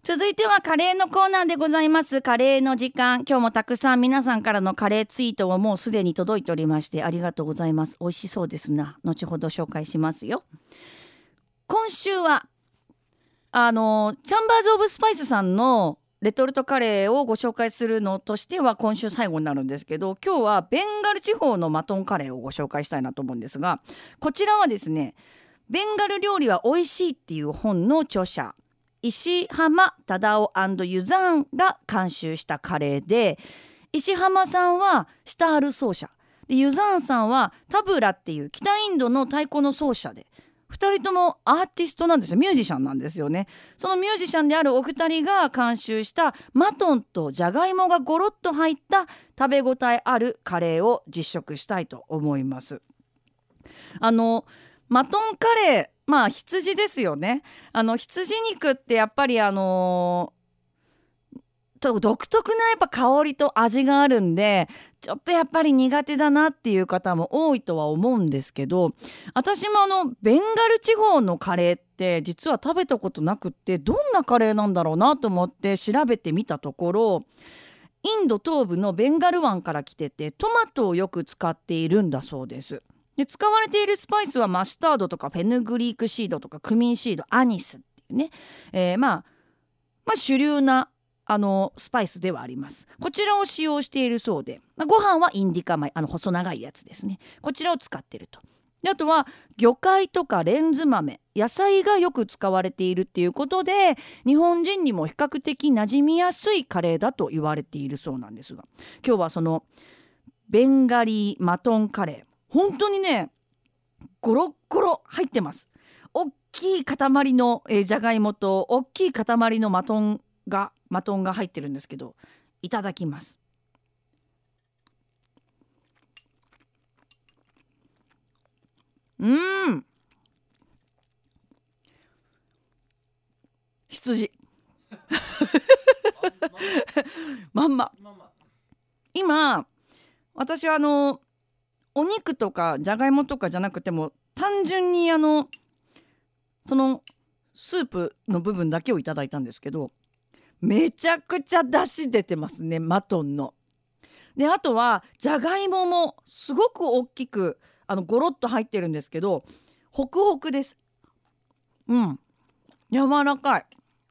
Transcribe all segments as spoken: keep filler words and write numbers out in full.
続いてはカレーのコーナーでございます。カレーの時間。今日もたくさん皆さんからのカレーツイートをもうすでに届いておりまして、ありがとうございます。美味しそうですな。後ほど紹介しますよ。今週はあのチャンバーズ・オブ・スパイスさんのレトルトカレーをご紹介するのとしては今週最後になるんですけど、今日はベンガル地方のマトンカレーをご紹介したいなと思うんですが、こちらはですね、ベンガル料理は美味しいっていう本の著者石浜忠夫&ユザーンが監修したカレーで、石浜さんはシタール奏者で、ユザーンさんはタブラっていう北インドの太鼓の奏者で、ふたりともアーティストなんですよ。ミュージシャンなんですよね。そのミュージシャンであるお二人が監修したマトンとジャガイモがゴロッと入った食べ応えあるカレーを実食したいと思います。あのマトンカレー、まあ羊ですよね。あの羊肉ってやっぱりあのー、独特なやっぱ香りと味があるんで、ちょっとやっぱり苦手だなっていう方も多いとは思うんですけど、私もあのベンガル地方のカレーって実は食べたことなくって、どんなカレーなんだろうなと思って調べてみたところ、インド東部のベンガル湾から来てて、トマトをよく使っているんだそうです。で、使われているスパイスはマスタードとかフェヌグリークシードとかクミンシード、アニスっていうね、えー、まあまあ主流なあのスパイスではあります。こちらを使用しているそうで、まあ、ご飯はインディカ米、あの細長いやつですね。こちらを使っていると。で、あとは魚介とかレンズ豆、野菜がよく使われているっていうことで、日本人にも比較的馴染みやすいカレーだと言われているそうなんですが、今日はそのベンガリーマトンカレー、本当にねゴロッゴロ入ってます。大きい塊の、えー、じゃがいもと大きい塊のマトンがマトンが入ってるんですけど、いただきます。うーん、羊まんま。今私はあのお肉とかじゃがいもとかじゃなくても、単純にあのそのスープの部分だけをいただいたんですけど、めちゃくちゃ出汁出てますね、マトンの。で、あとはじゃがいももすごく大きくあのゴロッと入ってるんですけど、ホクホクです。うん、柔らかい。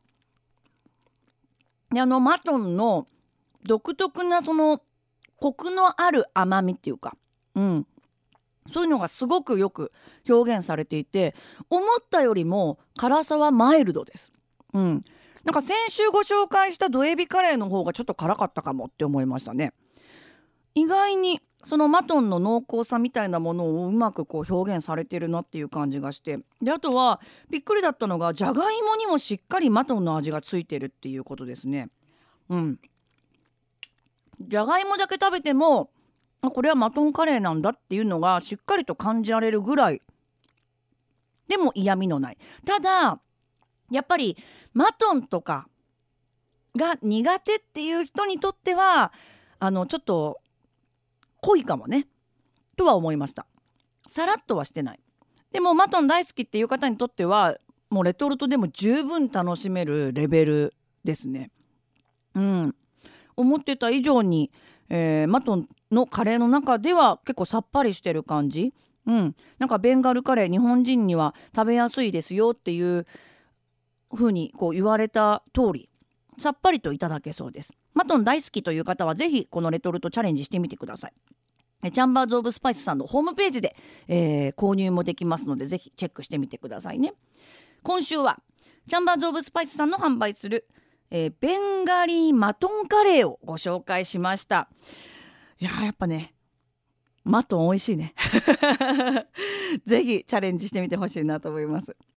で、あのマトンの独特なそのコクのある甘みっていうか、うん、そういうのがすごくよく表現されていて、思ったよりも辛さはマイルドです。うん、なんか先週ご紹介したドエビカレーの方がちょっと辛かったかもって思いましたね。意外にそのマトンの濃厚さみたいなものをうまくこう表現されてるなっていう感じがして、で、あとはびっくりだったのが、じゃがいもにもしっかりマトンの味がついてるっていうことですね。うん、じゃがいもだけ食べても、あ、これはマトンカレーなんだっていうのがしっかりと感じられるぐらいでも嫌味のない。ただやっぱりマトンとかが苦手っていう人にとってはあのちょっと濃いかもねとは思いました。さらっとはしてない。でもマトン大好きっていう方にとってはもうレトルトでも十分楽しめるレベルですね。うん、思ってた以上に、えー、マトンのカレーの中では結構さっぱりしてる感じ。うん、なんかベンガルカレー日本人には食べやすいですよっていう風にこう言われた通り、さっぱりといただけそうです。マトン大好きという方はぜひこのレトルトチャレンジしてみてください。チャンバーズ・オブ・スパイスさんのホームページで、えー、購入もできますので、ぜひチェックしてみてくださいね。今週はチャンバーズ・オブ・スパイスさんの販売する、えー、ベンガリーマトンカレーをご紹介しました。いやー、やっぱねマトン美味しいねぜひチャレンジしてみてほしいなと思います。